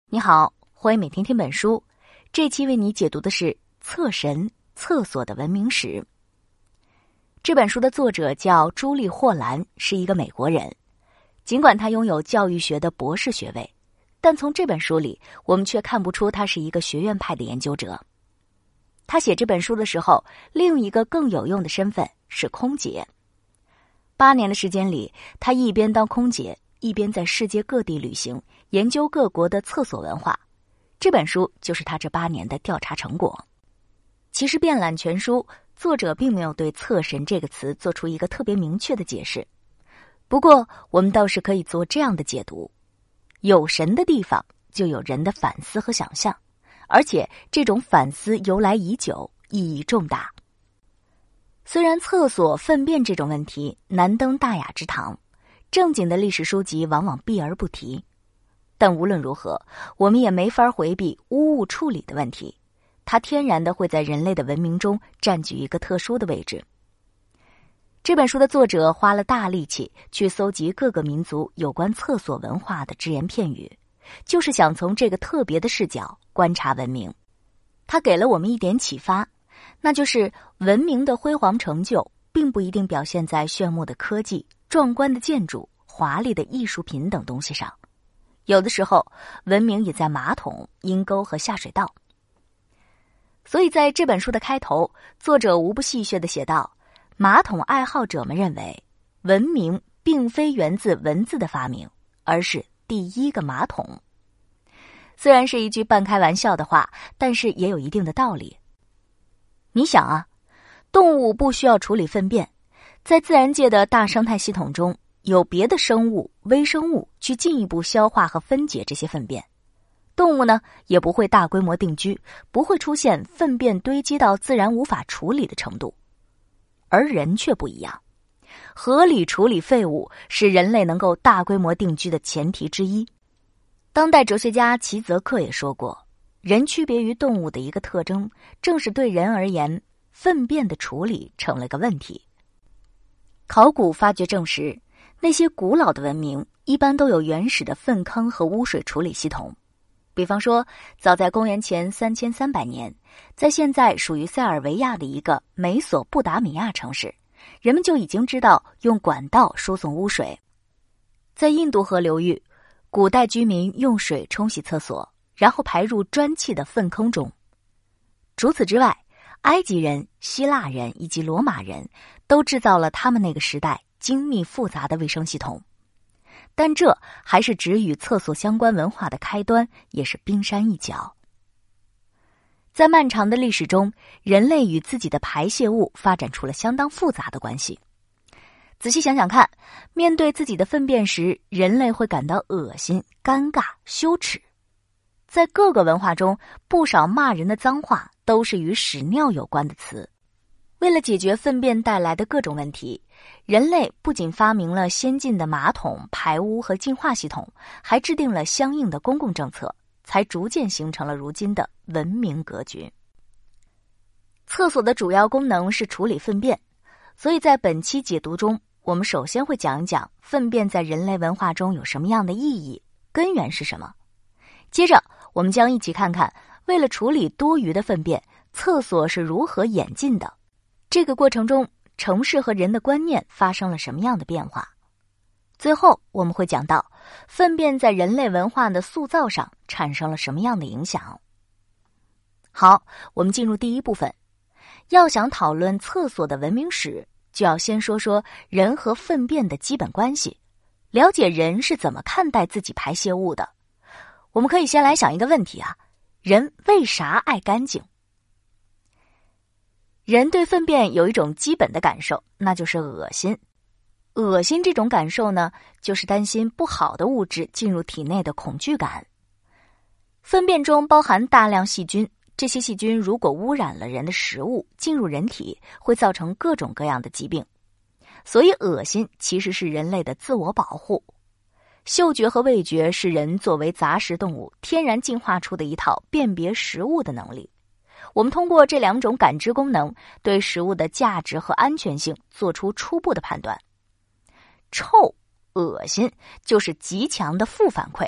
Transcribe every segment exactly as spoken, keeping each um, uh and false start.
你好，欢迎每天听本书。这期为你解读的是《厕神：厕所的文明史》。这本书的作者叫朱莉·霍兰，是一个美国人。尽管他拥有教育学的博士学位，但从这本书里，我们却看不出他是一个学院派的研究者。他写这本书的时候，另一个更有用的身份是空姐。八年的时间里，他一边当空姐，一边在世界各地旅行，研究各国的厕所文化。这本书就是他这八年的调查成果。其实遍览全书，作者并没有对厕神这个词做出一个特别明确的解释。不过我们倒是可以做这样的解读：有神的地方就有人的反思和想象，而且这种反思由来已久，意义重大。虽然厕所粪便这种问题难登大雅之堂，正经的历史书籍往往避而不提，但无论如何，我们也没法回避污物处理的问题，它天然的会在人类的文明中占据一个特殊的位置。这本书的作者花了大力气去搜集各个民族有关厕所文化的只言片语，就是想从这个特别的视角观察文明。他给了我们一点启发，那就是文明的辉煌成就并不一定表现在炫目的科技、壮观的建筑、华丽的艺术品等东西上，有的时候文明也在马桶、阴沟和下水道。所以在这本书的开头，作者无不戏谑地写道，马桶爱好者们认为文明并非源自文字的发明，而是第一个马桶。虽然是一句半开玩笑的话，但是也有一定的道理。你想啊，动物不需要处理粪便，在自然界的大生态系统中，有别的生物、微生物去进一步消化和分解这些粪便。动物呢，也不会大规模定居，不会出现粪便堆积到自然无法处理的程度。而人却不一样，合理处理废物是人类能够大规模定居的前提之一。当代哲学家齐泽克也说过，人区别于动物的一个特征，正是对人而言，粪便的处理成了个问题。考古发掘证实，那些古老的文明一般都有原始的粪坑和污水处理系统。比方说，早在公元前三千三百年，在现在属于塞尔维亚的一个美索不达米亚城市，人们就已经知道用管道输送污水。在印度河流域，古代居民用水冲洗厕所，然后排入砖砌的粪坑中。除此之外，埃及人、希腊人以及罗马人都制造了他们那个时代精密复杂的卫生系统。但这还是只与厕所相关文化的开端，也是冰山一角。在漫长的历史中，人类与自己的排泄物发展出了相当复杂的关系。仔细想想看，面对自己的粪便时，人类会感到恶心、尴尬、羞耻。在各个文化中，不少骂人的脏话都是与屎尿有关的词。为了解决粪便带来的各种问题，人类不仅发明了先进的马桶、排污和净化系统，还制定了相应的公共政策，才逐渐形成了如今的文明格局。厕所的主要功能是处理粪便，所以在本期解读中，我们首先会讲一讲粪便在人类文化中有什么样的意义，根源是什么。接着我们将一起看看，为了处理多余的粪便，厕所是如何演进的。这个过程中，城市和人的观念发生了什么样的变化？最后我们会讲到，粪便在人类文化的塑造上产生了什么样的影响。好，我们进入第一部分。要想讨论厕所的文明史，就要先说说人和粪便的基本关系，了解人是怎么看待自己排泄物的。我们可以先来想一个问题啊，人为啥爱干净？人对粪便有一种基本的感受，那就是恶心。恶心这种感受呢，就是担心不好的物质进入体内的恐惧感。粪便中包含大量细菌，这些细菌如果污染了人的食物，进入人体，会造成各种各样的疾病。所以恶心其实是人类的自我保护。嗅觉和味觉是人作为杂食动物天然进化出的一套辨别食物的能力。我们通过这两种感知功能，对食物的价值和安全性做出初步的判断。臭、恶心就是极强的负反馈，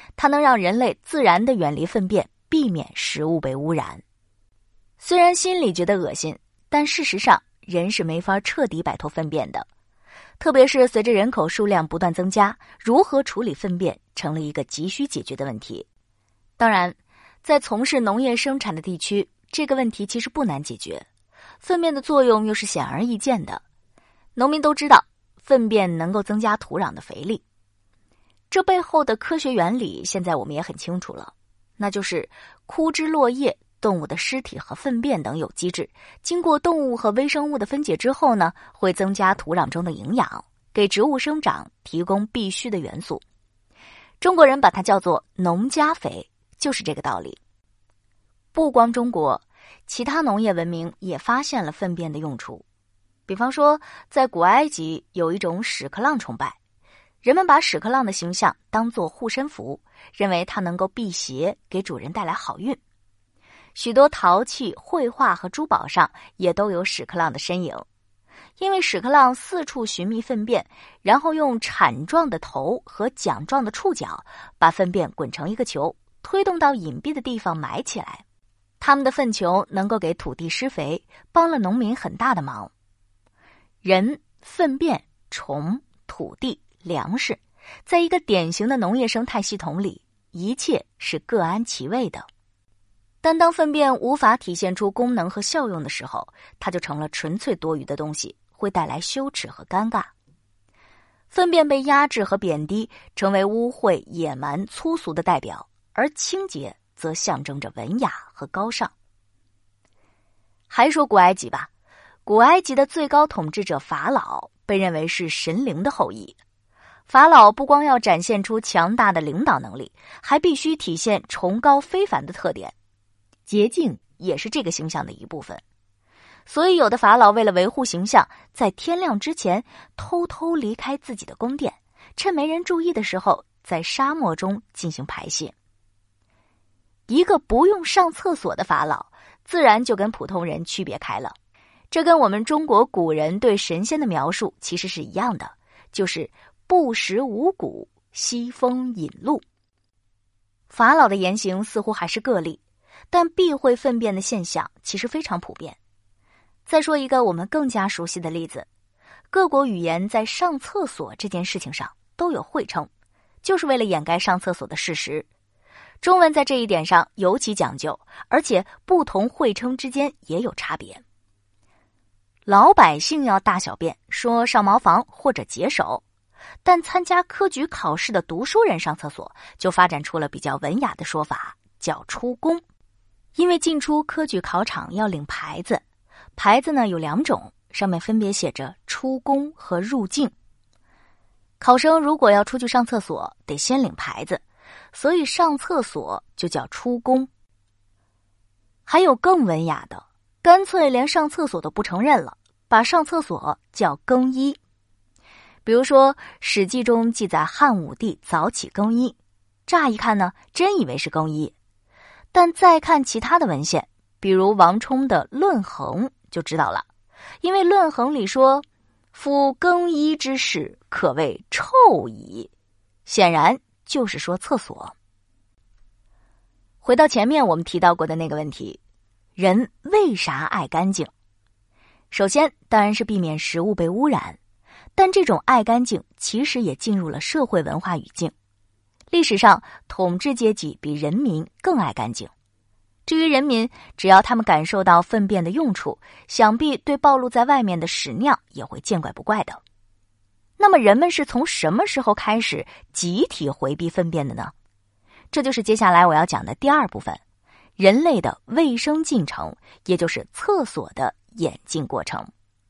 它能让人类自然地远离粪便，避免食物被污染。虽然心里觉得恶心，但事实上人是没法彻底摆脱粪便的。特别是随着人口数量不断增加，如何处理粪便成了一个急需解决的问题。当然，在从事农业生产的地区，这个问题其实不难解决，粪便的作用又是显而易见的。农民都知道，粪便能够增加土壤的肥力。这背后的科学原理，现在我们也很清楚了，那就是枯枝落叶、动物的尸体和粪便等有机质，经过动物和微生物的分解之后呢，会增加土壤中的营养，给植物生长提供必需的元素。中国人把它叫做农家肥，就是这个道理。不光中国，其他农业文明也发现了粪便的用处。比方说，在古埃及有一种屎壳郎崇拜，人们把屎壳郎的形象当作护身符，认为它能够辟邪，给主人带来好运。许多陶器、绘画和珠宝上也都有屎壳郎的身影。因为屎壳郎四处寻觅粪便，然后用铲状的头和桨状的触角把粪便滚成一个球，推动到隐蔽的地方埋起来。它们的粪球能够给土地施肥，帮了农民很大的忙。人、粪便、虫、土地、粮食，在一个典型的农业生态系统里，一切是各安其位的。但当粪便无法体现出功能和效用的时候，它就成了纯粹多余的东西，会带来羞耻和尴尬。粪便被压制和贬低，成为污秽、野蛮、粗俗的代表，而清洁则象征着文雅和高尚。还说古埃及吧，古埃及的最高统治者法老被认为是神灵的后裔。法老不光要展现出强大的领导能力，还必须体现崇高非凡的特点。洁净也是这个形象的一部分。所以有的法老为了维护形象，在天亮之前偷偷离开自己的宫殿，趁没人注意的时候在沙漠中进行排泄。一个不用上厕所的法老，自然就跟普通人区别开了。这跟我们中国古人对神仙的描述其实是一样的，就是不食五谷，吸风饮露。法老的言行似乎还是个例，但避讳粪便的现象其实非常普遍。再说一个我们更加熟悉的例子，各国语言在上厕所这件事情上都有讳称，就是为了掩盖上厕所的事实。中文在这一点上尤其讲究，而且不同讳称之间也有差别。老百姓要大小便说上茅房或者解手，但参加科举考试的读书人上厕所就发展出了比较文雅的说法，叫出宫。因为进出科举考场要领牌子，牌子呢有两种，上面分别写着出宫和入境。考生如果要出去上厕所，得先领牌子，所以上厕所就叫出宫。还有更文雅的，干脆连上厕所都不承认了，把上厕所叫更衣。比如说《史记》中记载汉武帝早起更衣，乍一看呢，真以为是更衣，但再看其他的文献，比如王充的《论衡》就知道了，因为《论衡》里说夫更衣之事，可谓臭矣，显然就是说厕所。回到前面我们提到过的那个问题，人为啥爱干净？首先当然是避免食物被污染，但这种爱干净其实也进入了社会文化语境。历史上统治阶级比人民更爱干净，至于人民，只要他们感受到粪便的用处，想必对暴露在外面的屎尿也会见怪不怪的。那么人们是从什么时候开始集体回避粪便的呢？这就是接下来我要讲的第二部分，人类的卫生进程，也就是厕所的演进过程。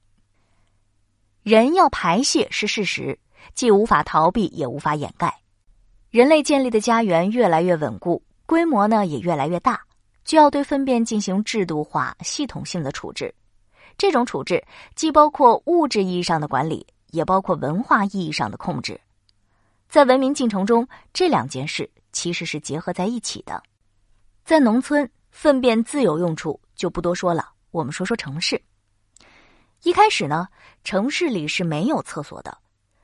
人要排泄是事实，既无法逃避也无法掩盖。人类建立的家园越来越稳固，规模呢也越来越大，就要对粪便进行制度化、系统性的处置。这种处置既包括物质意义上的管理，也包括文化意义上的控制。在文明进程中，这两件事其实是结合在一起的。在农村，粪便自有用处，就不多说了，我们说说城市。一开始呢，城市里是没有厕所的，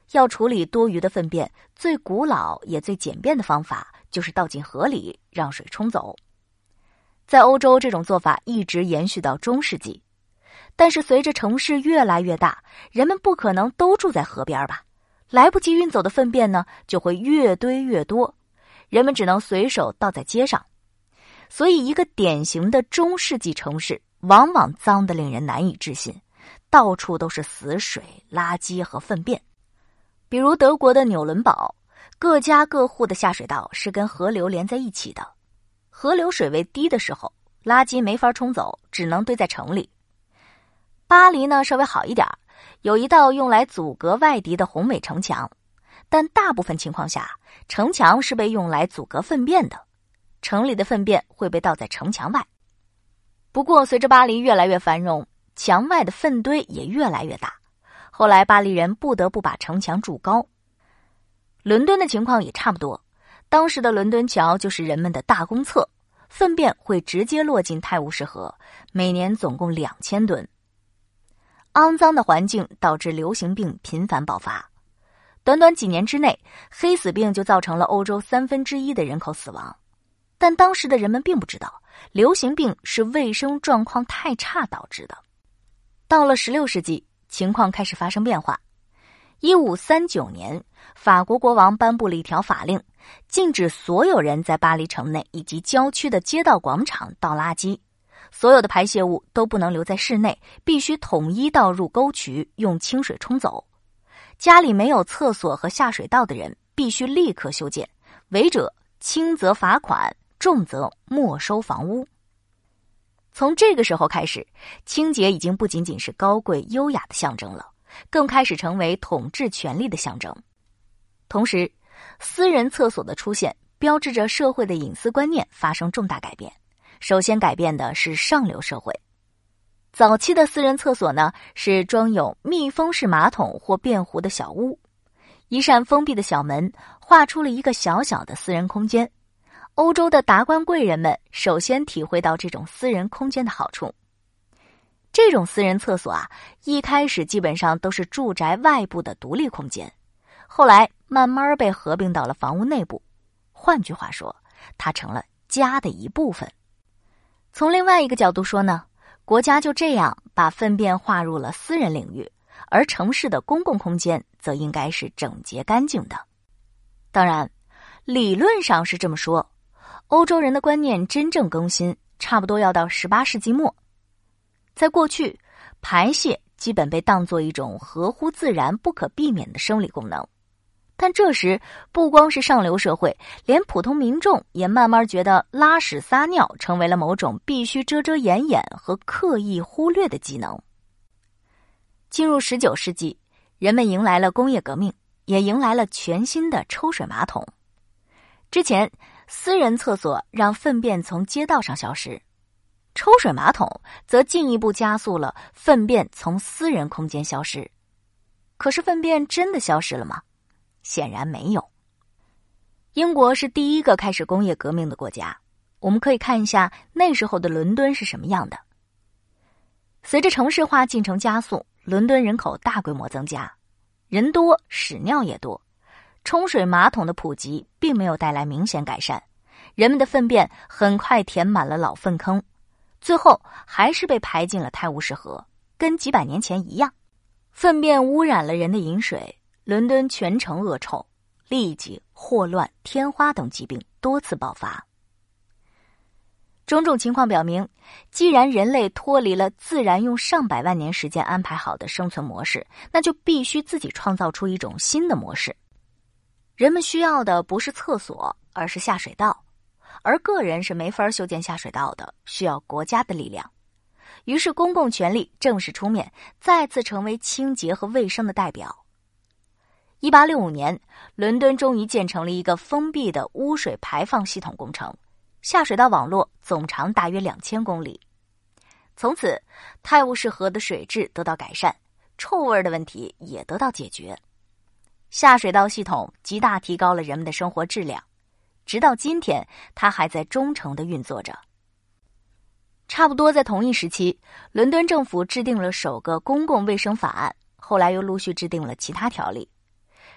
要处理多余的粪便，最古老也最简便的方法就是倒进河里，让水冲走。在欧洲，这种做法一直延续到中世纪。但是随着城市越来越大，人们不可能都住在河边吧？来不及运走的粪便呢，就会越堆越多，人们只能随手倒在街上。所以一个典型的中世纪城市往往脏得令人难以置信，到处都是死水、垃圾和粪便。比如德国的纽伦堡，各家各户的下水道是跟河流连在一起的，河流水位低的时候，垃圾没法冲走，只能堆在城里。巴黎呢稍微好一点，有一道用来阻隔外敌的宏伟城墙，但大部分情况下，城墙是被用来阻隔粪便的，城里的粪便会被倒在城墙外。不过随着巴黎越来越繁荣，墙外的粪堆也越来越大，后来巴黎人不得不把城墙筑高。伦敦的情况也差不多，当时的伦敦桥就是人们的大公厕，粪便会直接落进泰晤士河，每年总共两千吨。肮脏的环境导致流行病频繁爆发，短短几年之内，黑死病就造成了欧洲三分之一的人口死亡。但当时的人们并不知道，流行病是卫生状况太差导致的。到了十六世纪，情况开始发生变化。一五三九年，法国国王颁布了一条法令，禁止所有人在巴黎城内以及郊区的街道广场倒垃圾。所有的排泄物都不能留在室内，必须统一倒入沟渠，用清水冲走。家里没有厕所和下水道的人必须立刻修建，违者轻则罚款，重则没收房屋。从这个时候开始，清洁已经不仅仅是高贵优雅的象征了，更开始成为统治权力的象征。同时，私人厕所的出现标志着社会的隐私观念发生重大改变。首先改变的是上流社会。早期的私人厕所呢，是装有密封式马桶或便壶的小屋，一扇封闭的小门画出了一个小小的私人空间。欧洲的达官贵人们首先体会到这种私人空间的好处。这种私人厕所啊，一开始基本上都是住宅外部的独立空间，后来慢慢被合并到了房屋内部。换句话说，它成了家的一部分。从另外一个角度说呢，国家就这样把粪便划入了私人领域，而城市的公共空间则应该是整洁干净的。当然，理论上是这么说，欧洲人的观念真正更新差不多要到十八世纪末。在过去，排泄基本被当作一种合乎自然不可避免的生理功能。但这时，不光是上流社会，连普通民众也慢慢觉得拉屎撒尿成为了某种必须遮遮掩掩和刻意忽略的技能。进入十九世纪，人们迎来了工业革命，也迎来了全新的抽水马桶。之前，私人厕所让粪便从街道上消失，抽水马桶则进一步加速了粪便从私人空间消失。可是粪便真的消失了吗？显然没有。英国是第一个开始工业革命的国家，我们可以看一下那时候的伦敦是什么样的。随着城市化进程加速，伦敦人口大规模增加，人多屎尿也多，冲水马桶的普及并没有带来明显改善，人们的粪便很快填满了老粪坑，最后还是被排进了泰晤士河，跟几百年前一样。粪便污染了人的饮水，伦敦全城恶臭，痢疾、霍乱、天花等疾病多次爆发。种种情况表明，既然人类脱离了自然用上百万年时间安排好的生存模式，那就必须自己创造出一种新的模式。人们需要的不是厕所，而是下水道，而个人是没法修建下水道的，需要国家的力量。于是公共权力正式出面，再次成为清洁和卫生的代表。一八六五年，伦敦终于建成了一个封闭的污水排放系统工程，下水道网络总长大约两千公里。从此，泰晤士河的水质得到改善，臭味的问题也得到解决。下水道系统极大提高了人们的生活质量，直到今天，它还在忠诚地运作着。差不多在同一时期，伦敦政府制定了首个公共卫生法案，后来又陆续制定了其他条例。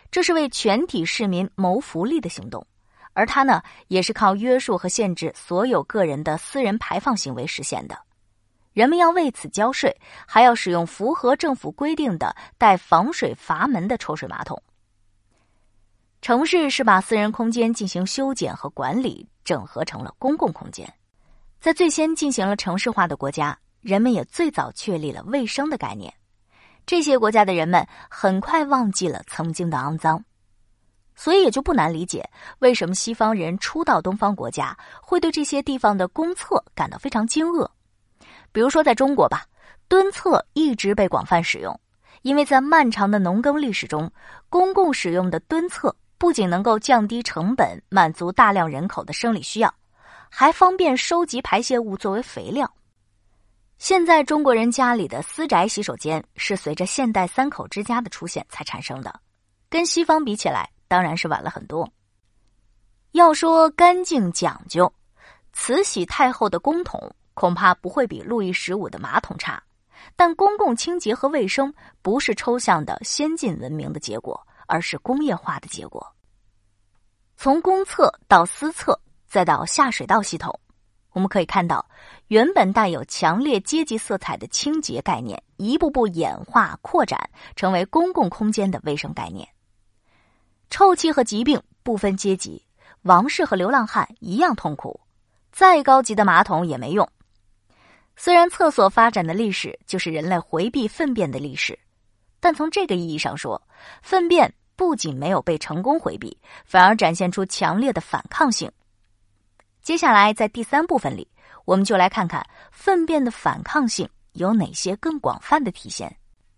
这是为全体市民谋福利的行动，而它呢，也是靠约束和限制所有个人的私人排放行为实现的。人们要为此交税，还要使用符合政府规定的带防水阀门的抽水马桶。城市是把私人空间进行修剪和管理，整合成了公共空间。在最先进行了城市化的国家，人们也最早确立了卫生的概念。这些国家的人们很快忘记了曾经的肮脏，所以也就不难理解为什么西方人初到东方国家会对这些地方的公厕感到非常惊愕。比如说在中国吧，蹲厕一直被广泛使用，因为在漫长的农耕历史中，公共使用的蹲厕不仅能够降低成本，满足大量人口的生理需要，还方便收集排泄物作为肥料。现在中国人家里的私宅洗手间是随着现代三口之家的出现才产生的，跟西方比起来当然是晚了很多。要说干净讲究，慈禧太后的公桶恐怕不会比路易十五的马桶差，但公共清洁和卫生不是抽象的先进文明的结果，而是工业化的结果。从公厕到私厕再到下水道系统，我们可以看到原本带有强烈阶级色彩的清洁概念一步步演化扩展，成为公共空间的卫生概念。臭气和疾病不分阶级，王室和流浪汉一样痛苦，再高级的马桶也没用。虽然厕所发展的历史就是人类回避粪便的历史，但从这个意义上说，粪便不仅没有被成功回避，反而展现出强烈的反抗性。接下来在第三部分里，我们就来看看粪便的反抗性有哪些更广泛的体现。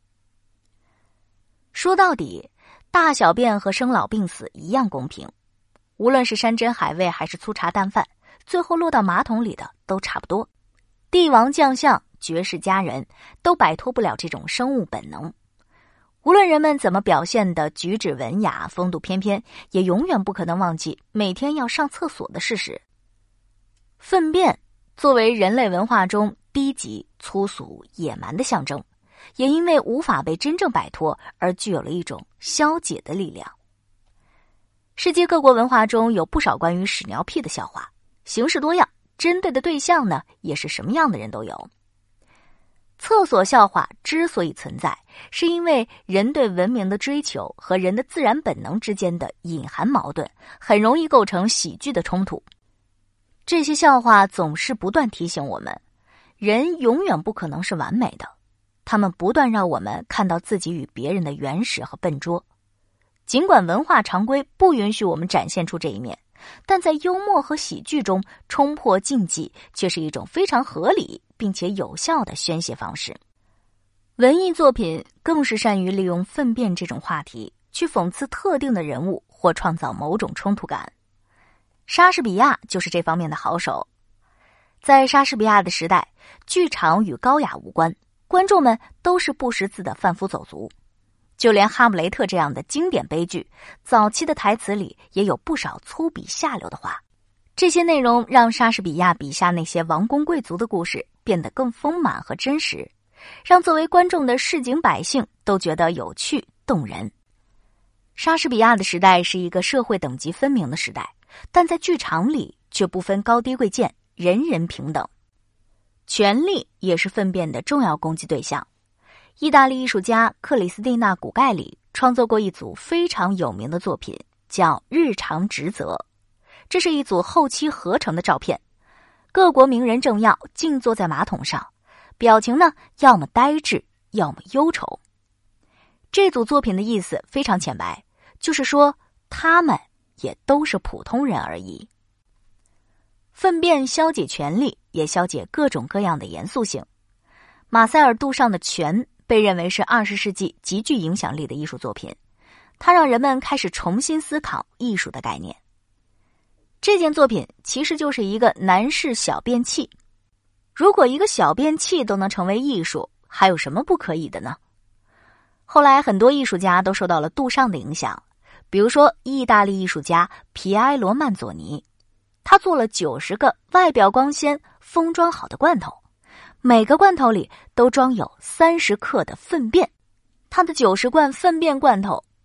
说到底，大小便和生老病死一样公平，无论是山珍海味还是粗茶淡饭，最后落到马桶里的都差不多。帝王将相、绝世佳人都摆脱不了这种生物本能。无论人们怎么表现的举止文雅、风度翩翩，也永远不可能忘记每天要上厕所的事实。粪便作为人类文化中低级、粗俗、野蛮的象征，也因为无法被真正摆脱而具有了一种消解的力量。世界各国文化中有不少关于屎尿屁的笑话，形式多样，针对的对象呢，也是什么样的人都有。厕所笑话之所以存在，是因为人对文明的追求和人的自然本能之间的隐含矛盾，很容易构成喜剧的冲突。这些笑话总是不断提醒我们，人永远不可能是完美的，他们不断让我们看到自己与别人的原始和笨拙。尽管文化常规不允许我们展现出这一面，但在幽默和喜剧中冲破禁忌却是一种非常合理并且有效的宣泄方式。文艺作品更是善于利用粪便这种话题去讽刺特定的人物或创造某种冲突感。莎士比亚就是这方面的好手。在莎士比亚的时代，剧场与高雅无关，观众们都是不识字的贩夫走卒。就连哈姆雷特这样的经典悲剧，早期的台词里也有不少粗鄙下流的话。这些内容让莎士比亚笔下那些王公贵族的故事变得更丰满和真实，让作为观众的市井百姓都觉得有趣动人。莎士比亚的时代是一个社会等级分明的时代，但在剧场里却不分高低贵贱，人人平等。权力也是粪便的重要攻击对象。意大利艺术家克里斯蒂娜·古盖里创作过一组非常有名的作品，叫《日常职责》。这是一组后期合成的照片，各国名人政要静坐在马桶上，表情呢要么呆滞，要么忧愁。这组作品的意思非常浅白，就是说他们也都是普通人而已。粪便消解权力，也消解各种各样的严肃性。马塞尔·杜尚的《权》被认为是二十世纪极具影响力的艺术作品，它让人们开始重新思考艺术的概念。这件作品其实就是一个男士小便器。如果一个小便器都能成为艺术，还有什么不可以的呢？后来很多艺术家都受到了杜尚的影响，比如说意大利艺术家皮埃罗·曼佐尼，他做了九十个外表光鲜、封装好的罐头，每个罐头里都装有三十克的粪便。他的九十罐粪便罐头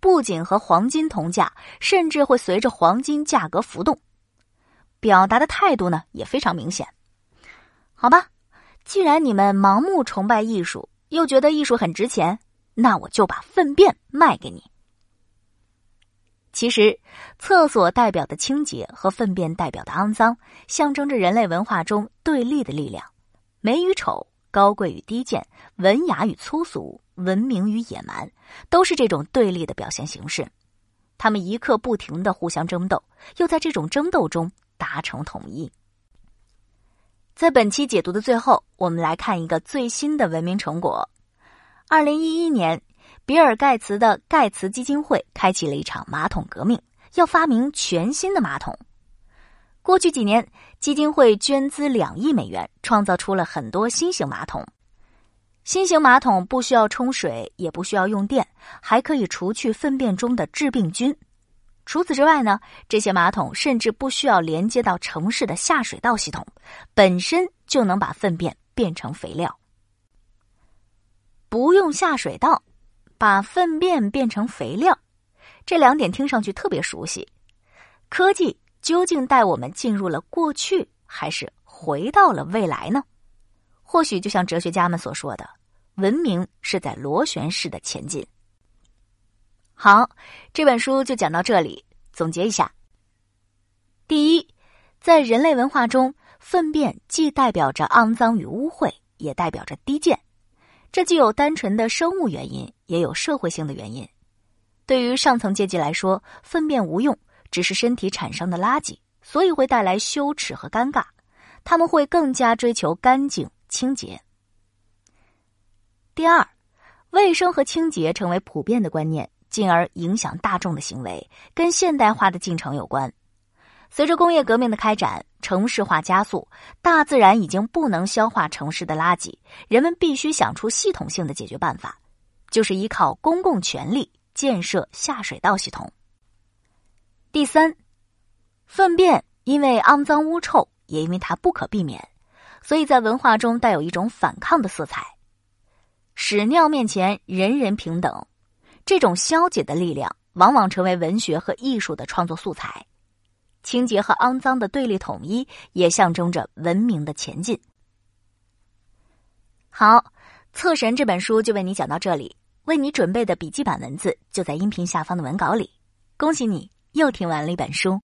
不仅和黄金同价，甚至会随着黄金价格浮动。表达的态度呢也非常明显。好吧，既然你们盲目崇拜艺术，又觉得艺术很值钱，那我就把粪便卖给你。其实，厕所代表的清洁和粪便代表的肮脏，象征着人类文化中对立的力量。美与丑，高贵与低贱，文雅与粗俗，文明与野蛮，都是这种对立的表现形式。他们一刻不停地互相争斗，又在这种争斗中达成统一。在本期解读的最后，我们来看一个最新的文明成果。二零一一年，比尔盖茨的盖茨基金会开启了一场马桶革命，要发明全新的马桶。过去几年，基金会捐资两亿美元，创造出了很多新型马桶。新型马桶不需要冲水，也不需要用电，还可以除去粪便中的致病菌。除此之外呢，这些马桶甚至不需要连接到城市的下水道系统，本身就能把粪便变成肥料。不用下水道，把粪便变成肥料，这两点听上去特别熟悉。科技究竟带我们进入了过去，还是回到了未来呢？或许就像哲学家们所说的，文明是在螺旋式的前进。好，这本书就讲到这里。总结一下：第一，在人类文化中，粪便既代表着肮脏与污秽，也代表着低贱。这既有单纯的生物原因，也有社会性的原因。对于上层阶级来说，粪便无用，只是身体产生的垃圾，所以会带来羞耻和尴尬。他们会更加追求干净、清洁。第二，卫生和清洁成为普遍的观念，进而影响大众的行为，跟现代化的进程有关。随着工业革命的开展，城市化加速，大自然已经不能消化城市的垃圾，人们必须想出系统性的解决办法，就是依靠公共权力建设下水道系统。第三，粪便因为肮脏污臭，也因为它不可避免，所以在文化中带有一种反抗的色彩。屎尿面前人人平等，这种消解的力量往往成为文学和艺术的创作素材。清洁和肮脏的对立统一，也象征着文明的前进。好，测神这本书就为你讲到这里，为你准备的笔记版文字就在音频下方的文稿里。恭喜你又听完了一本书。